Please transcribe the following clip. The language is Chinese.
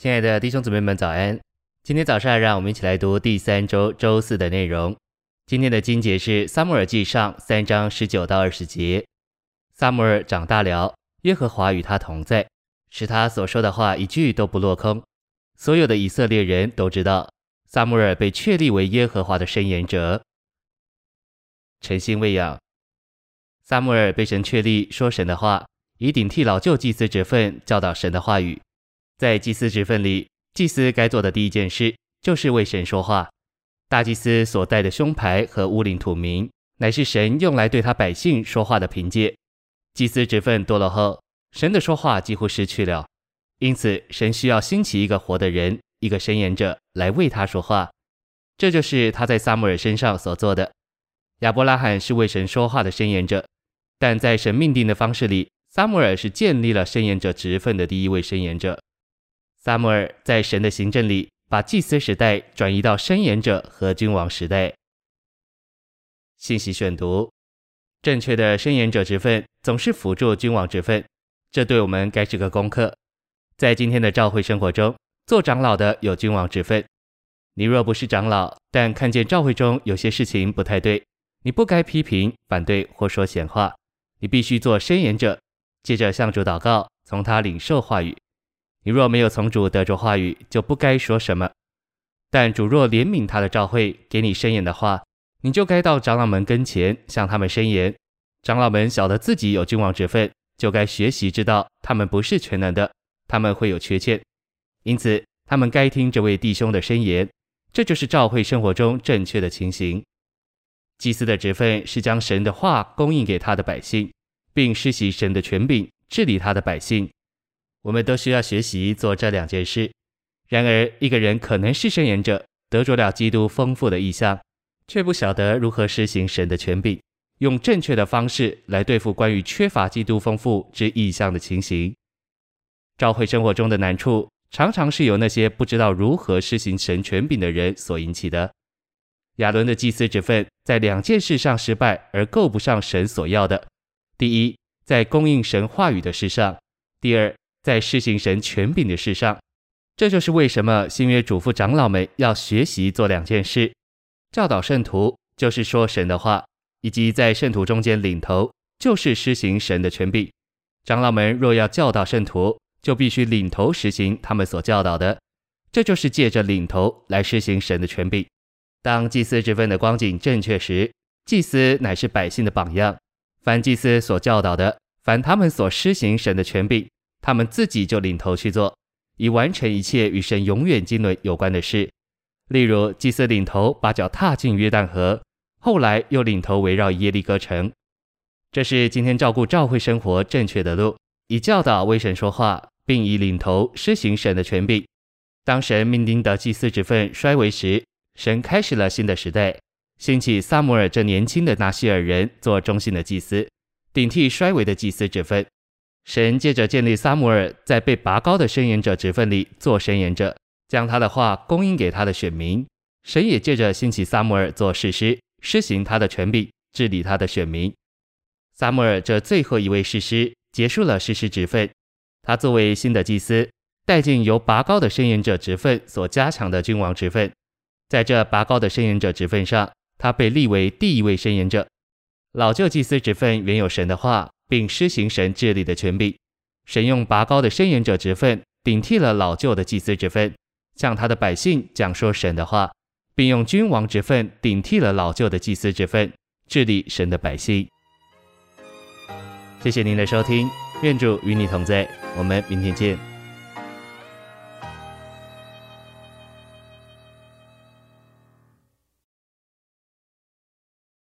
亲爱的弟兄姊妹们早安，今天早上让我们一起来读第3周周4的内容。今天的经节是撒母耳记上3章19到20节。撒母耳长大了，耶和华与他同在，使他所说的话一句都不落空。所有的以色列人都知道，撒母耳被确立为耶和华的申言者。诚心喂养，撒母耳被神确立说神的话，以顶替老旧祭司职分教导神的话语。在祭司职分里，祭司该做的第一件事就是为神说话。大祭司所戴的胸牌和乌灵土明，乃是神用来对他百姓说话的凭借。祭司职分堕落后，神的说话几乎失去了，因此神需要兴起一个活的人，一个申言者来为他说话。这就是他在撒母耳身上所做的。亚伯拉罕是为神说话的申言者，但在神命定的方式里，撒母耳是建立了申言者职分的第一位申言者。撒母耳在神的行政里，把祭司时代转移到申言者和君王时代。信息选读：正确的申言者职分总是辅助君王职分，这对我们该是个功课。在今天的教会生活中，做长老的有君王职分。你若不是长老，但看见教会中有些事情不太对，你不该批评、反对或说闲话，你必须做申言者，接着向主祷告，从他领受话语。你若没有从主得着话语，就不该说什么。但主若怜悯他的召会，给你申言的话，你就该到长老们跟前，向他们申言。长老们晓得自己有君王职分，就该学习知道他们不是全能的，他们会有缺陷，因此他们该听这位弟兄的申言。这就是教会生活中正确的情形。祭司的职分是将神的话供应给他的百姓，并施行神的权柄，治理他的百姓。我们都需要学习做这两件事。然而，一个人可能是申言者，得着了基督丰富的意象，却不晓得如何施行神的权柄，用正确的方式来对付关于缺乏基督丰富之意象的情形。教会生活中的难处，常常是由那些不知道如何施行神权柄的人所引起的。亚伦的祭司职分在2件事上失败，而够不上神所要的。第一，在供应神话语的事上；第二，在施行神权柄的事上。这就是为什么新约嘱咐长老们要学习做2件事：教导圣徒，就是说神的话，以及在圣徒中间领头，就是施行神的权柄。长老们若要教导圣徒，就必须领头实行他们所教导的，这就是借着领头来施行神的权柄。当祭司职分的光景正确时，祭司乃是百姓的榜样。凡祭司所教导的，凡他们所施行神的权柄，他们自己就领头去做，以完成一切与神永远经纶有关的事。例如，祭司领头把脚踏进约旦河，后来又领头围绕耶利哥城。这是今天照顾教会生活正确的路，以教导为神说话，并以领头施行神的权柄。当神命定的祭司职分衰微时，神开始了新的时代，兴起撒母耳这年轻的拿西尔人做忠心的祭司，顶替衰微的祭司职分。神借着建立撒母耳在被拔高的申言者职分里做申言者，将他的话供应给他的选民。神也借着兴起撒母耳做士师，施行他的权柄，治理他的选民。撒母耳这最后一位士师结束了士师职分，他作为新的祭司，带进由拔高的申言者职分所加强的君王职分。在这拔高的申言者职分上，他被立为第一位申言者。老旧祭司职分原有神的话，并施行神治理的权柄。神用拔高的申言者职分顶替了老旧的祭司职分，向他的百姓讲说神的话，并用君王职分顶替了老旧的祭司职分，治理神的百姓。谢谢您的收听，愿主与你同在，我们明天见。